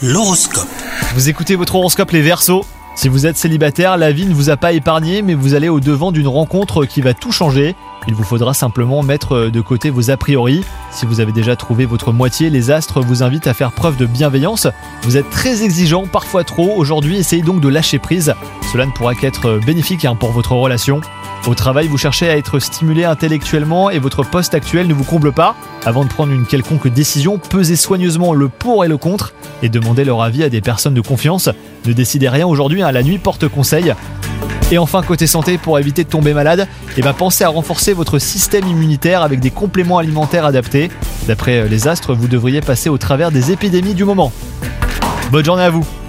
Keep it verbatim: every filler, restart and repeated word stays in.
L'horoscope. Vous écoutez votre horoscope les Verseaux. Si vous êtes célibataire, la vie ne vous a pas épargné, mais vous allez au devant d'une rencontre qui va tout changer. Il vous faudra simplement mettre de côté vos a priori. Si vous avez déjà trouvé votre moitié, les astres vous invitent à faire preuve de bienveillance. Vous êtes très exigeant, parfois trop. Aujourd'hui, essayez donc de lâcher prise. Cela ne pourra qu'être bénéfique hein, pour votre relation. Au travail, vous cherchez à être stimulé intellectuellement et votre poste actuel ne vous comble pas. Avant de prendre une quelconque décision, pesez soigneusement le pour et le contre et demandez leur avis à des personnes de confiance. Ne décidez rien aujourd'hui, hein, la nuit porte conseil. Et enfin, côté santé, pour éviter de tomber malade, eh ben, pensez à renforcer votre système immunitaire avec des compléments alimentaires adaptés. D'après les astres, vous devriez passer au travers des épidémies du moment. Bonne journée à vous!